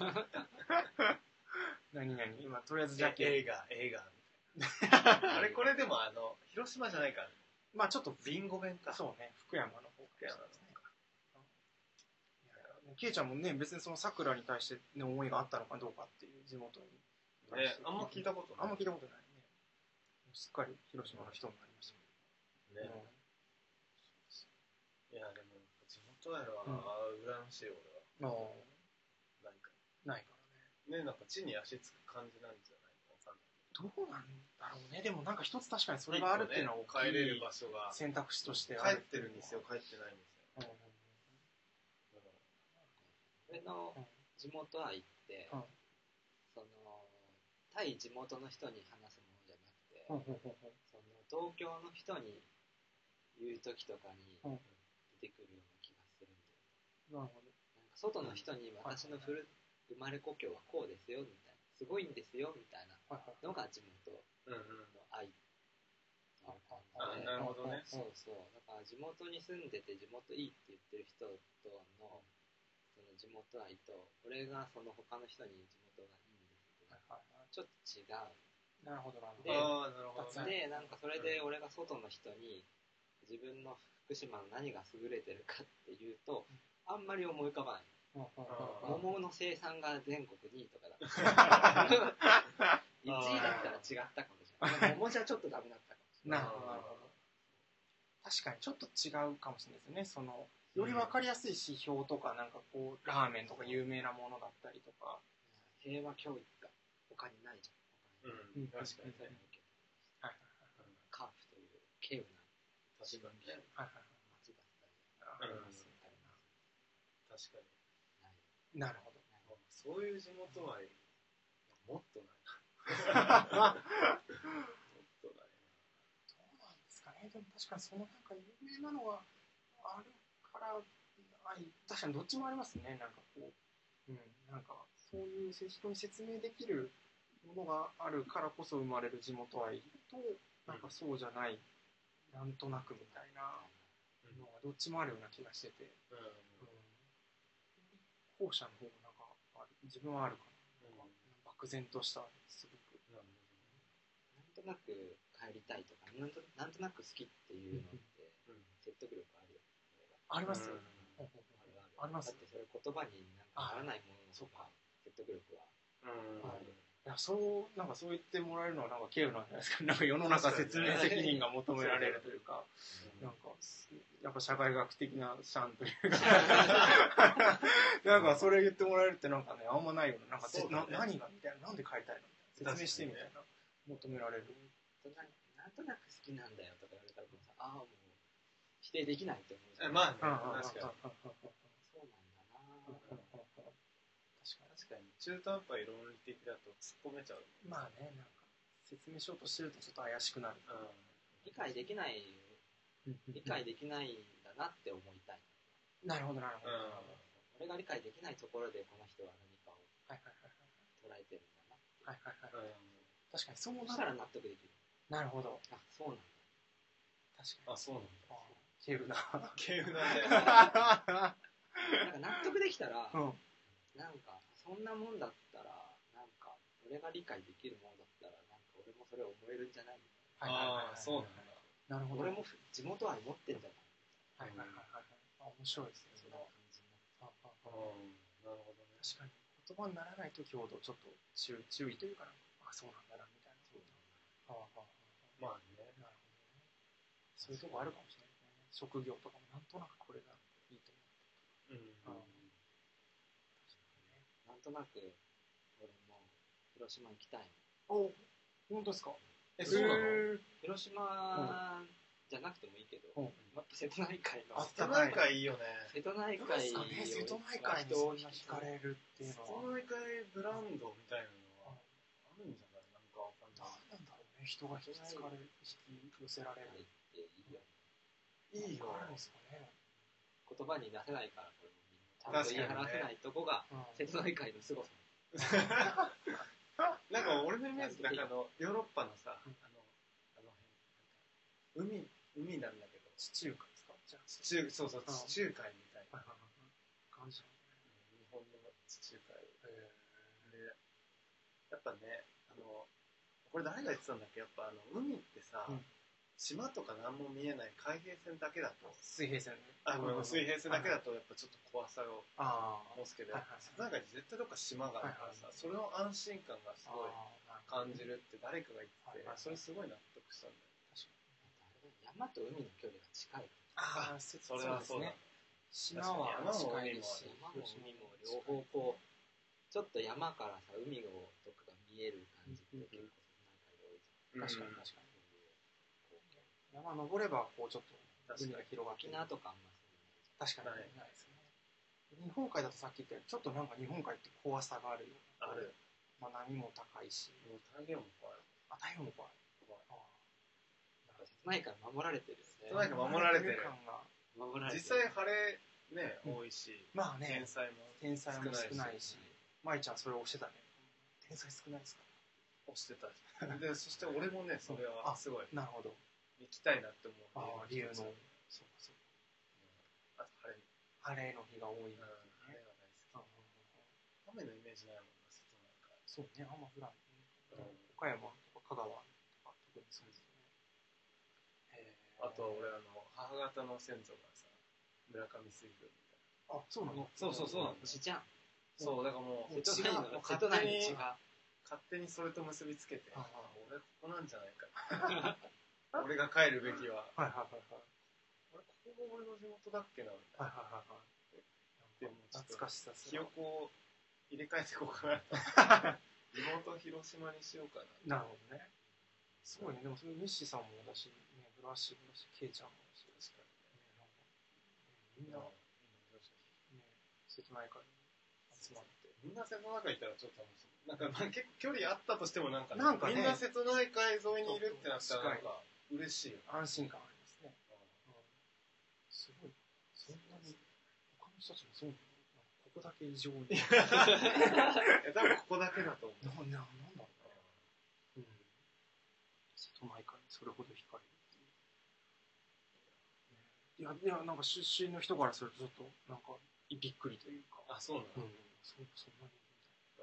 何何今とりあえずじゃ映画映画みたいなあれこれでもあの広島じゃないからね、 まあちょっとビンゴ弁か。 そうね、福山の方からですね。ケイちゃんもね、別にその桜に対しての思いがあったのかどうかっていう地元に対して、ね、あんま聞いたことない。 あんま聞いたことないね。すっかり広島の人になりましたね。 いやでも地元やは羨ましい俺は。ないから。 ないからね。ね、なんか地に足つく感じなんじゃないのかどうなんだろうね。でもなんか一つ確かにそれがあるっていうのは大きい、 帰れる場所が選択肢としてある。帰ってるんですよ、帰ってないんですよ。 俺の地元愛って、うん、その対地元の人に話すものじゃなくて、うん、その東京の人に言う時とかに出てくるような気がするんだよね。なるほど。なんか外の人に私のふる、生まれ故郷はこうですよみたいな、すごいんですよみたいなのが地元の愛っていう感じで、 なるほどね。 そうそう。だから地元に住んでて地元いいって言ってる人とのその地元愛と俺がその他の人に地元がいいんですけど、ちょっと違う。 なるほどなるほど。で、なんかそれで俺が外の人に自分の福島の何が優れてるかっていうと、あんまり思い浮かばない。桃の生産が全国にいとかだったいちいだったら違ったかもしれない。桃じゃちょっとダメだったかもしれない。 なるほどなるほど。確かにちょっと違うかもしれないですね。そのより分かりやすい指標とか、なんかこうラーメンとか有名なものだったりとか、 平和教育が他にないじゃん。 うん、確かにね。 カーフという稀有な確かにね。 街だったりありますみたいな。 確かに。 なるほど。 そういう地元愛もっとないな。もっとないな。どうなんですかね。でも確かにそのなんか有名なのはあるから愛、確かにどっちもありますね。なんかこう、うん、なんかそういう人に説明できるものがあるからこそ生まれる地元愛と、なんかそうじゃない、なんとなくみたいなのがどっちもあるような気がしてて、うんうん、後者の方がなんかある、自分はあるかな、うん、漠然としたすごく、 何となく帰りたいとか、なんとなんとなく好きっていうのって説得力あるよ。 ありますよ。 あります。だってそれ言葉になんかならないものの方が説得力はある。 いや、そうなんかそう言ってもらえるのはなんか稀有なんじゃないですか。なんか世の中説明責任が求められるというか、なんかやっぱ社会学的なシャンというか、なんかそれ言ってもらえるってなんかねあんまないよね。なんかな何がみたいな、なんで買いたいのみたいな説明してみたいな求められる。 なんとなく好きなんだよとか言われたらさ、ああもう否定できないって思うじゃん。 まあね、確かに。 そうなんだな。 確かに中途半端に論理的だと突っ込めちゃう。 まあね、なんか説明しようとしてるとちょっと怪しくなる。 理解できない理解できないんだなって思いたい。 なるほどなるほど。 俺が理解できないところでこの人は何かを捉えてるんだな。はいはいはい。 確かにそうしたら納得できる。 なるほど。 あ、そうなんだ。 確かに。 あ、そうなんだ。 稀有な。 稀有なね。 なんか納得できたら、 うん、 なんかそんなもんだったら、なんか俺が理解できるものだったら、なんか俺もそれを思えるんじゃないみたいな。 ああ、そうなんだ。 なるほど。俺も地元愛持ってんじゃない。 はいはいはいはい。あ、面白いですね。それは。あああ、なるほどね。確かに言葉にならないときほどちょっと注注意というか、あ、そうなんだなみたいな。ああ、まあね。なるほどね。そういうとこあるかもしれないですね。職業とかもなんとなくこれがいいと思う。うん。ああ。確かにね。 なんとなく俺も広島行きたい。 お、本当ですか。 え、そうなの？ 広島じゃなくてもいいけど、また瀬戸内海の。 瀬戸内海いいよね。 瀬戸内海を瀬戸内海にそんな惹かれるっていうのは。 瀬戸内海ブランドみたいなのはあるんじゃない？なんかわかんない。 なんだろうね、人が引きつかれる、引き寄せられるっていいよ。 いいよ。あるんですかね。 言葉に出せないから、これもみんな。ちゃんと言い表せないとこが瀬戸内海の凄さ。 なんか俺のイメージなんかあのヨーロッパのさ、あのあの辺海海なんだけど地中海ですか？じゃあ地中そうそう地中海みたいな感じ。 日本の地中海でやっぱねあのこれ誰が言ってたんだっけ？やっぱあの海ってさ、島とか何も見えない海平線だけだと水平線あごめん水平線だけだとやっぱちょっと怖さを持つけど瀬戸内海に絶対どっか島があるからさそれの安心感がすごい感じるって誰かが言っててそれすごい納得したんだよ。 山と海の距離が近い。 ああそれはそうだ。島は山も海も山も海も両方こうちょっと山からさ海をとかが見える感じって結構確かに確かに。山登ればこうちょっと海が広がって沖縄とかあんま確かにないですね。日本海だとさっき言ったようにちょっとなんか日本海って怖さがあるような。ある。まあ波も高いし。 太平洋も怖い。 あ太平洋も怖い。 なんか瀬戸内海守られてるよね。 瀬戸内海守られてる。 守られてる。 実際晴れね多いし。 まあね。 天才も天才も少ないし。舞ちゃんそれを押してたね。天才少ないですか？ 押してた。でそして俺もねそれはすごい。 なるほど。 行きたいなって思う。 ああ理由の。そうかそうか。あと晴れ。 晴れの日が多い。 晴れが大好き。雨のイメージないもんな瀬戸内海。 そうねあんま降らんね。岡山とか香川とか特にそうですね。 あと俺あの母方の先祖がさ村上水軍みたいな。あそうなの。 そうそうそうなの。 牛じゃん。 そうだからもう瀬戸内の瀬戸内の血が勝手にそれと結びつけて俺ここなんじゃないか。俺が帰るべきは。はいはいはいはい。俺ここが俺の地元だっけなみたいな。はいはいはいはい。でも懐かしさ。記憶を入れ替えていこうかな。地元広島にしようかな。 なるほどね。すごいね。でもそれ西さんもだし、ね、ブラッシュブラッシュケイちゃんもだし、確かにね。みんなね瀬戸内海に集まって。 みんな瀬戸内海行ったらちょっと楽しい。なんか結構距離あったとしてもなんかなんかみんな瀬戸内海沿いにいるってなったらなんか。嬉しい。 安心感ありますね。うん、すごい。そんなに他の人たちもそうなの？ここだけ異常に。 多分ここだけだと思う。 な、な、なんだろうね。うん。瀬戸内海にそれほど惹かれるっていう。ね、いや、いや、なんか出身の人からするとちょっとなんかびっくりというか。 あ、そうなの。 うん。そ、そんなにみたいな。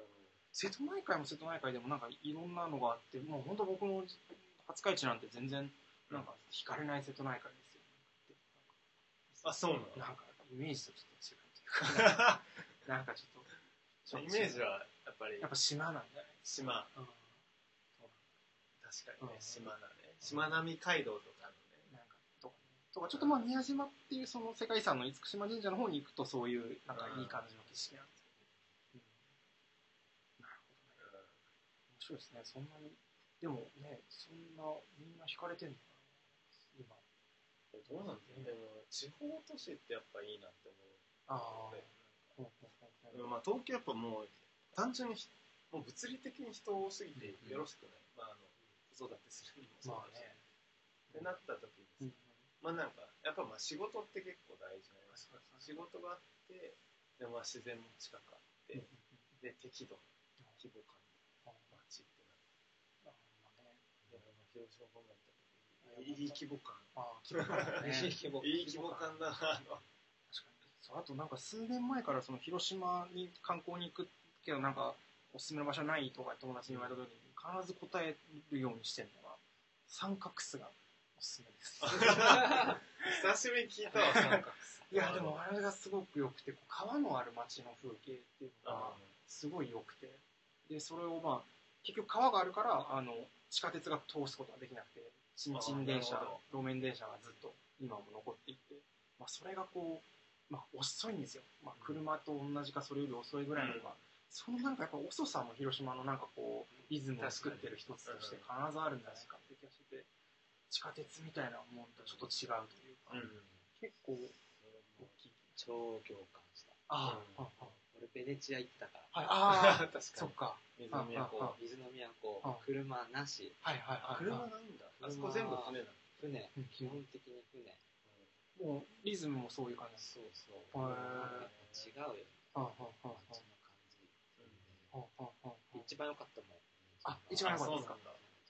瀬戸内海も瀬戸内海でもなんかいろんなのがあって、もう本当僕の廿日市なんて全然なんか惹かれない瀬戸内海ですよ。 あ、そうなの？ なんかイメージとちょっと違うというか、なんかちょっとイメージはやっぱりやっぱ島なんじゃないですか。 島、 うん、 確かにね、 うん、 島だね。しまなみ海道とかのね。 なんかとかね、とかちょっとまあ宮島っていうその世界遺産の厳島神社の方に行くとそういうなんかいい感じの景色なんですよ。うん、なるほどね。面白いですね。そんなにでもね、そんなみんな惹かれてんのかな今。 どうなんだろう、でも地方都市ってやっぱいいなって思う。 ああ。 うん、まあ東京やっぱもう単純にもう物理的に人多すぎてよろしくない。うん、まああの子育てするにもそうだし。まあね、ってなった時に、うん、まあなんかやっぱまあ仕事って結構大事なやつ。仕事があってで、まあ、自然も近くあって、うん、で適度な規模感の街ってなって、まあね、でまあ広島本来行った時にいい規模感、ああ規模感ね、いい規模いい規模感だな。確かに。 そうあとなんか数年前からその広島に観光に行くけどなんかおすすめの場所ないとか友達に言われた時に必ず答えるようにしてるのが三角巣がおすすめです。 久しぶりに聞いたわ三角巣。 いやでもあれがすごく良くて川のある街の風景っていうのがすごい良くて、でそれをまあ結局川があるからあの地下鉄が通すことができなくてちんちん電車路面電車がずっと今も残っていて、まあ、それがこう、まあ、遅いんですよ、まあ、車と同じかそれより遅いぐらいのが、うん、そのなんかやっぱ遅さも広島のなんかこうリズムを作ってる一つとして必ずあるんじゃないかって気がしてて、地下鉄みたいなもんとちょっと違うというか、うん、結構大きい。 超共感した。 ああ、うん、 俺ベネチア行ったから。 はい、ああ、確かに。そっか。 水の都、水の都、車なし。 はいはいはい。 車ないんだ。あそこ全部船なの。 船、基本的に船。 もうリズムもそういう感じ。 そうそう。違うよね。街の感じ。一番良かったもん。 あ、一番良かったですか。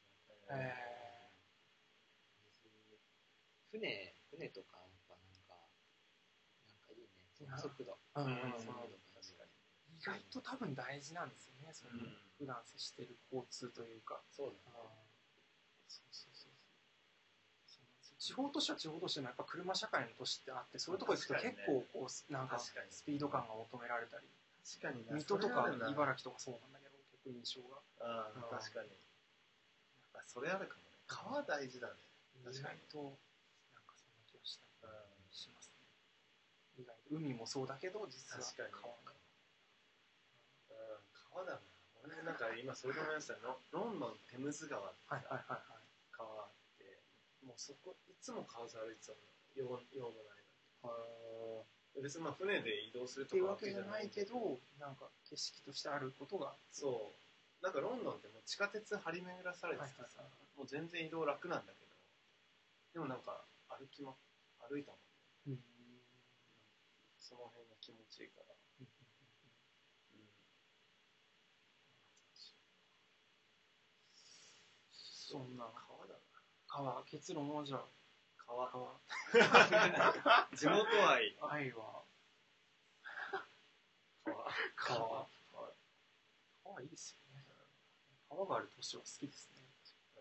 船、船とかやっぱなんか、なんかいいね。速度。速度。 意外と多分大事なんですよね。その普段接している交通というか。 そうだね。 そうそうそうそう。地方都市は地方都市のやっぱ車社会の都市ってあって、そういうところ行くと結構こうなんかスピード感が求められたり。 確かに。 水戸とか茨城とかそうなんだけど、結構印象が。 ああ、確かに。やっぱそれあるかもね。川大事だね。 意外となんかそんな気がしたりしますね。意外と海もそうだけど実は川が。 川だな。俺なんか今それで思いましたよ。ロンドンテムズ川ってさ、川って、もうそこいつも川沿い歩いてたの。用もないのに。別にまあ船で移動するとかわけじゃないけど、なんか景色としてあることが。 そう。なんかロンドンってもう地下鉄張り巡らされててさ、もう全然移動楽なんだけど、でもなんか歩きま歩いたもんね。うん、その辺が気持ちいいから。 そんな川だな。川、結論はじゃあ川。 川。 地元愛。 愛は川。川。川いいですよね。川がある都市は好きですね。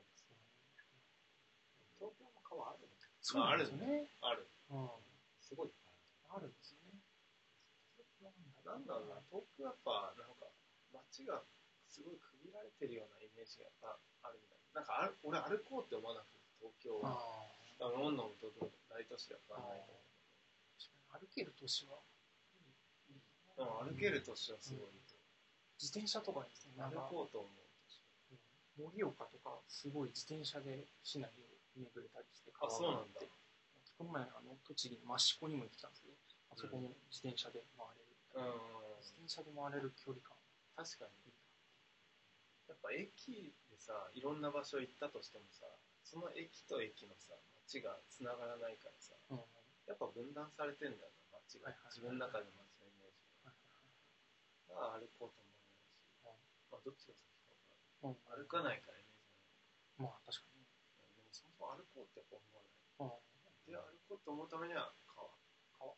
東京も川あるの？ そうなんですよね。 ある。 すごいあるんですよね。 なんだろうな、東京やっぱなんか街がすごい区切られてるようなイメージがやっぱあるんだよ。なんかある俺歩こうって思わなくて東京は。ロンドンと大都市だからないと思う。 歩ける都市は。 歩ける都市はすごいと。 自転車とかですね。 歩こうと思う。 盛岡とかすごい自転車で市内を巡れたりして。 あ、そうなんだ。 この前あの栃木の益子にも行ってたんですけど、あそこも自転車で回れる。自転車で回れる距離感。 確かに。やっぱ駅でさ、いろんな場所行ったとしてもさ、その駅と駅のさ、街がつながらないからさ、うん、やっぱ分断されてんだよな、街が。自分の中での街のイメージが。が歩こうと思わないし、まあどっちが先か分からない。歩かないからイメージない。 まあ確かに。 でもそもそも歩こうってやっぱ思わない。で、歩こうと思うためには川。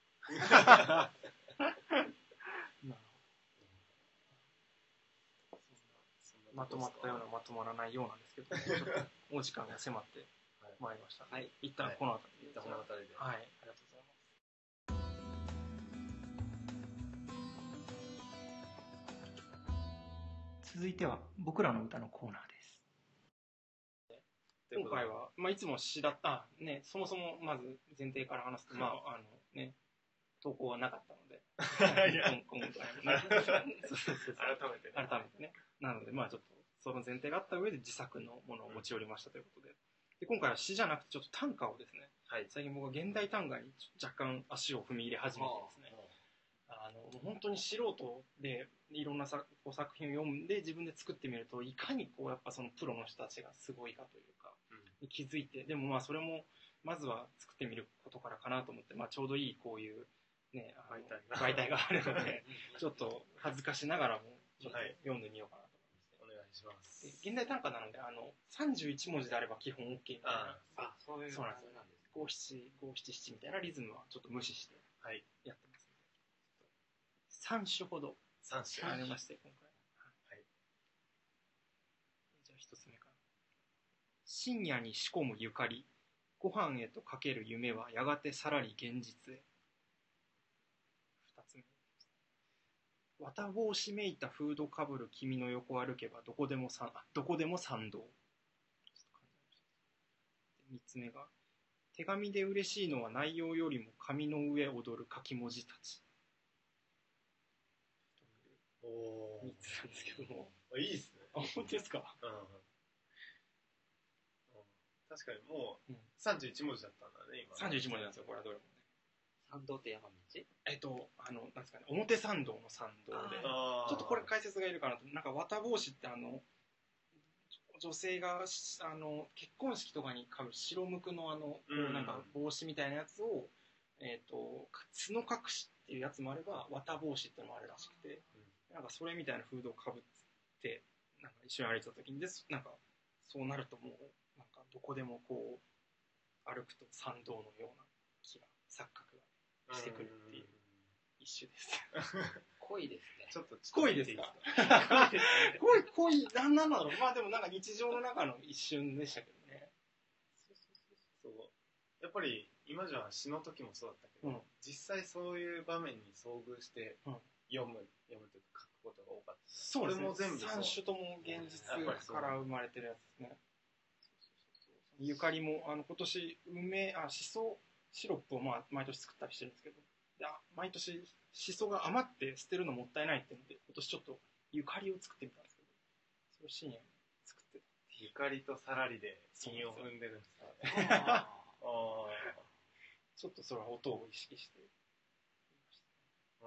川。なるほど。 が止まらないようなんですけど、ちょっとお時間が迫ってまいりました。はい、一旦この辺りで。 一旦この辺りで。 はい、ありがとうございます。続いては僕らの歌のコーナーです。今回は、まあ、いつも詩だった、ね、そもそもまず前提から話すと、まあ、あのね、投稿はなかったので、今今回もね、改めてね。改めてね。なので、まあちょっと、その前提があった上で自作のものを持ち寄りましたということで。で、今回は詩じゃなくてちょっと短歌をですね、はい、最近僕は現代短歌に若干足を踏み入れ始めてですね、あの本当に素人でいろんなさこう作品を読んで自分で作ってみるといかにこうやっぱそのプロの人たちがすごいかというか、うん、に気づいて、でもまあそれもまずは作ってみることからかなと思って、まあ、ちょうどいいこういう、ね、あの媒体が媒体があるのでちょっと恥ずかしながらもちょっと読んでみようかなと思いまして、はい、お願いします。現代短歌なのであのさんじゅういち文字であれば基本 OK みたいな、ああそういうそうなんですよ。五七五七七みたいなリズムはちょっと無視してやってます。さん種ほどありまして、今回。はい。じゃあ一つ目から。深夜に仕込むゆかり、ご飯へとかける夢はやがてさらに現実へ。二つ目。綿帽子めいたフードかぶる君の横歩けばどこでもさどこでも賛同。三つ目が。手紙で嬉しいのは内容よりも紙の上踊る書き文字たち。 おみっつなんですけども。 いいっすね。 あ、本当ですか。 うん。確かにもうさんじゅういち文字だったんだね、今。 さんじゅういち文字なんですよ、これはどれもね。 参道って山道？ えっと、あの、なんですかね、表参道の参道で、ちょっとこれ解説がいるかなと、なんか綿帽子ってあの、女性があの結婚式とかにかぶる白むくのあの、うん、なんか帽子みたいなやつを、えっと、角隠しっていうやつもあれば、綿帽子っていうのもあるらしくて、うん、なんかそれみたいなフードをかぶって、なんか一緒に歩いてた時にです、なんかそうなるともう、なんかどこでもこう、歩くと参道のような気が、錯覚がしてくるっていう一種です。 濃いですね。 ちょっと濃いですか。濃い濃いなんなんだろう。まあでもなんか日常の中の一瞬でしたけどね。 そうそうそうそう。やっぱり今じゃ詩の時もそうだったけど、うん、実際そういう場面に遭遇して読む、うん、読むというか書くことが多かった。 そうですね。これも全部三種とも現実から生まれてるやつですね。ゆかりもあの今年梅あしそシロップをまあ毎年作ったりしてるんですけど。毎年しそが余って捨てるのもったいないって思って今年ちょっとゆかりを作ってみたんですけど、それを深夜に作ってた。 ゆかりとさらりで韻を踏んでるんですか。 ちょっとそれは音を意識して手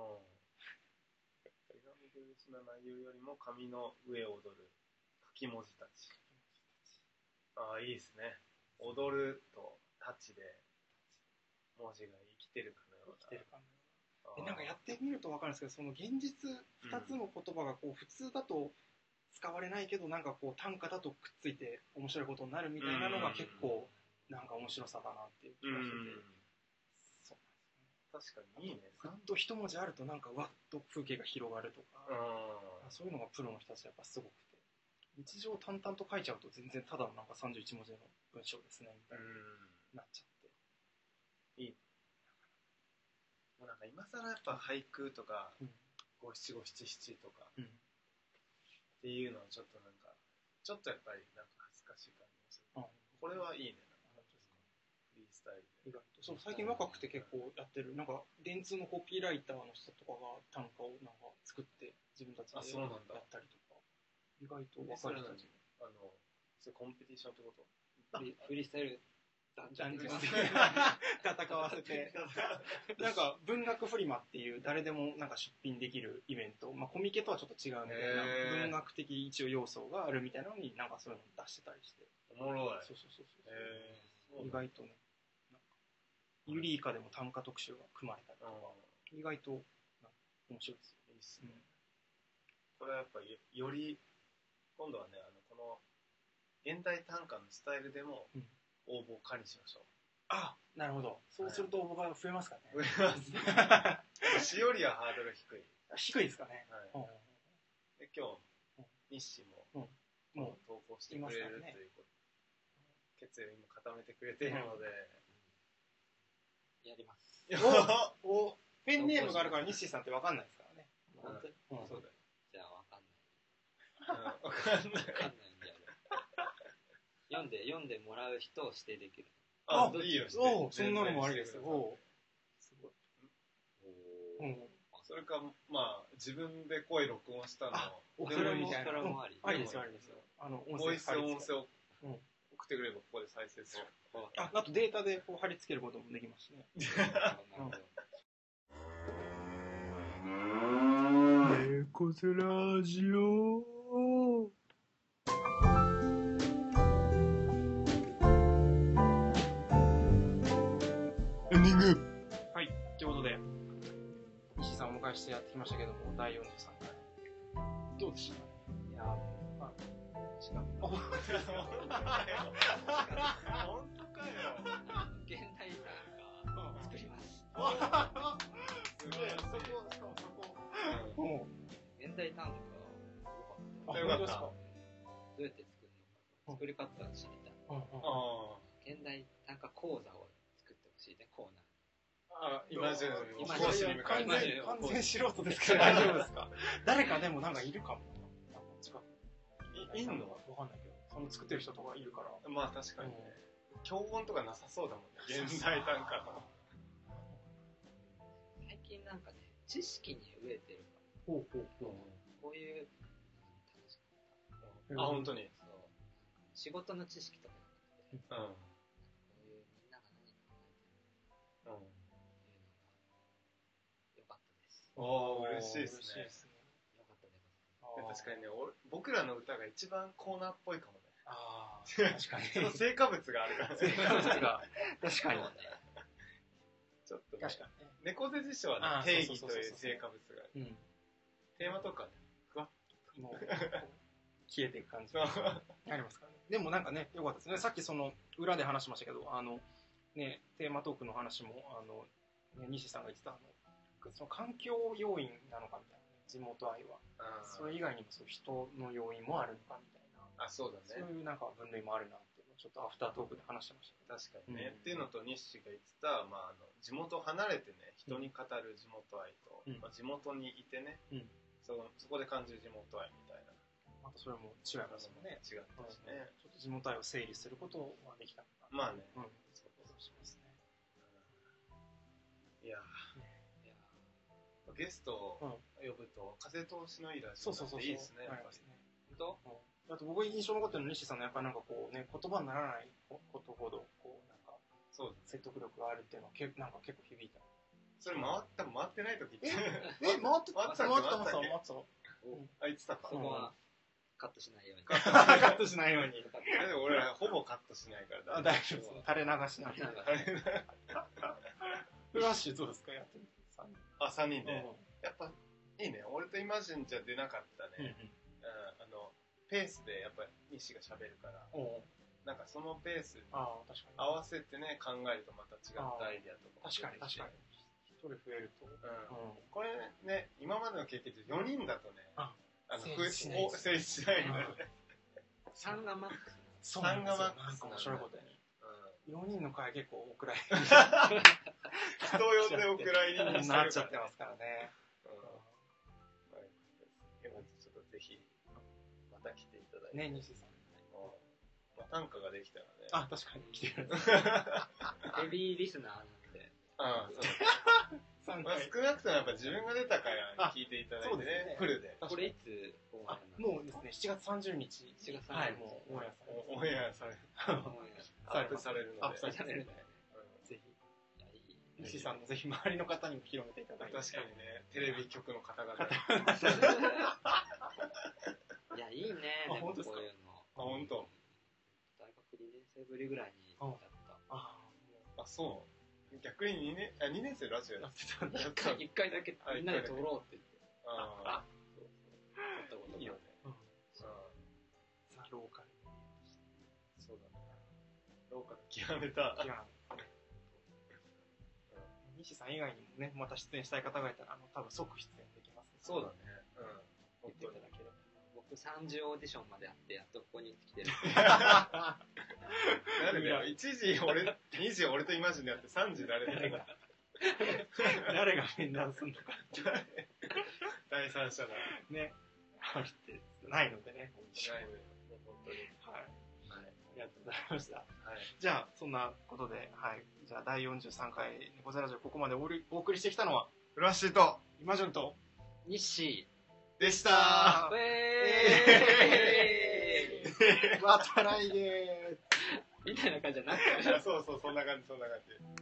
紙で嬉しな内容よりも紙の上を踊る書き文字たち。ああいいですね。踊るとタッチで文字が生きてるかのような。 生きてるかのような。でなんかやってみると分かるんですけど、その現実ふたつの言葉がこう普通だと使われないけど、なんかこう短歌だとくっついて面白いことになるみたいなのが結構なんか面白さだなっていう気がしてて、そうなんですね。確かにいいね。 ぐっと一文字あるとなんかわっと風景が広がるとか、そういうのがプロの人たちはやっぱすごくて、日常淡々と書いちゃうと全然ただのなんかさんじゅういち文字の文章ですねみたいになっちゃって、 いい。もうなんか今更やっぱ俳句とか五七五七七とかっていうのはちょっとなんかちょっとやっぱりなんか恥ずかしい感じもする。うん、これはいいね。フリースタイルで。 意外とそう最近若くて結構やってるなんか電通のコピーライターの人とかが短歌をなんか作って自分たちでやったりとか、意外と若い人たちあのそれコンペティションってこと？ フリー、フリースタイルダンジョンで戦わせてなんか文学フリマっていう誰でもなんか出品できるイベント、まあ、コミケとはちょっと違うみたいな文学的一応要素があるみたいなのになんかそういうの出してたりして、 おもろい。 そうそうそうそう、意外とねなんかユリイカでも短歌特集が組まれたりとか、意外となんか面白いですよ。いいっすね、うん、 これはやっぱりより今度はねあのこの現代短歌のスタイルでも、うん応募を可にしましょう。 あ、なるほど。そうすると応募が増えますかね。 増えます。詩よりはハードル低い。 低いですかね。 はい。で今日日誌ももう投稿してくれるということ、決意を今固めてくれているので、 やります。 おおペンネームがあるから西さんって分かんないですからね。 本当に、 うん、 そうだよ。じゃあ分かんない。 分かんない。 分かんないんでやる。読んで読んでもらう人を指定できる。 あ、いいよ。おそんなのもありですよ。おすごい。 おお。それかまあ自分で声録音したのを送るみたいな。 もあり。 ありですよありですよ。あのボイス音声を送ってくればここで再生する。 あ、あとデータでこう貼り付けることもできますね。猫背ラジオ。エンディング。はい、ということで西さんをお迎えしてやってきましたけども、だいよんじゅうさんかいどうでしたか？いや、まあ、違う。本当かよ。 現代短歌作ります。 すごい、そこ、しかもそこ。 現代短歌よかった。 どうやって作るのか、作り方が知りたい。現代短歌講座を作ってほしいね、コーナー。 あ、今じゃ今じゃ完全完全素人ですけど大丈夫ですか？誰かでもなんかいるかも。いいんの？わかんないけど、その作ってる人とかいるから。 まあ確かにね。教音とかなさそうだもんね。現代短歌と。 最近なんかね、知識に飢えてるから。 ほうほうほう。 こういう楽しかった。あ、本当に。 そう。仕事の知識とかじゃなくて、うん。こういうみんなが何考えてるのか。うん。 おー、嬉しいですね。 よかったね。 確かにね、僕らの歌が一番コーナーっぽいかもね。 ああ、確かに。 その成果物があるからね。 成果物が。確かに。 ちょっと、 確かにね。 猫背辞書はね、定義という成果物がある。テーマとかね、ふわっと。もう、 消えていく感じがありますからね。でもなんかね、よかったですね。さっきその、裏で話しましたけど、あの、ね、テーマトークの話も、あの、西さんが言ってたあの、その環境要因なのかみたいな、地元愛は。それ以外にもそう人の要因もあるのかみたいな。 あ、そうだね。 そういうなんか分類もあるなっていうのをちょっとアフタートークで話してました。 確かにね。うん、っていうのと西が言ってた、まあ、あの地元を離れてね、人に語る地元愛と、うんまあ、地元にいてね、うん、その、そこで感じる地元愛みたいな。 またそれも違いますよね。 違ったしね、 うん。ちょっと地元愛を整理することはできたのかな。 まあね。 うん。そういうことしますね。 いやー。ゲストを呼ぶと風通しのいいラジオっていいですね。 本当？あと僕印象残ってるの西さんのやっぱなんかこうね言葉にならないことほどこうなんか説得力があるっていうのは結なんか結構響いた。 それ回った回ってない時って。 え回ってた回ってた回ってた回ってた。 あいつだか。 そこはカットしないように。 カットしないように。 でも俺らほぼカットしないから大丈夫です。垂れ流しながら。フラッシュどうですかやってる。 あ、さんにんで。やっぱ、いいね。俺とイマジンじゃ出なかったね。あの、ペースでやっぱり西が喋るから、なんかそのペースに合わせてね、考えるとまた違ったアイディアとか。 確かに確かに。一人増えると。 これね、今までの経験でよにんだとね、 あの、成立しないんだよね。 さんがマックス。 さんがマックス。なんか面白いことやね。よにんの回結構お蔵入り人呼んでお蔵入りになっちゃってますからね。 ちょっとぜひまた来ていただいてね、西さん短歌ができたらね。 あ、確かに来てるヘビーリスナーなんで。 ああ、そうまあ少なくともやっぱ自分が出たから聞いていただいてね、フルで。 これいつあ、もうですね、しちがつさんじゅうにち。 しちがつさんじゅうにち。 もうオンエアされる。 オンエアされる。アップされるので。 アップされるので。ぜひ。西さんもぜひ周りの方にも広めていただいて。 確かにね、テレビ局の方々。 いや、いいね、でもこういうの。 あ、本当。 大学にねん生ぶりぐらいにやった。 あ、そう。逆ににねん、あ、にねん生ラジオやってたんだ。 一回だけみんなで撮ろうって言って。 ああ。 いいよね。 さあ、ローカル。 そうだね。ローカル極めた。 西さん以外にもね、また出演したい方がいたら、あの、多分即出演できます。 そうだね。 うん。言っていただければ。 僕さんじオーディションまであってやっとここに来てる。 誰だよ、いちじ俺、にじ俺とイマジンでやってさんじ誰だよ。 誰が面談するのか。 第三者だ。 ね。あるってないのでね。 ないのよ、本当に。 はい。ありがとうございました。はい。じゃあ、そんなことで、はい。じゃあ、だいよんじゅうさんかい猫背ラジオ、ここまでお送りしてきたのは、 フラッシーと、 イマジョンと、 日誌でしたー。 えー、また来月みたいな感じじゃなくて。 そうそう、そんな感じ、そんな感じ。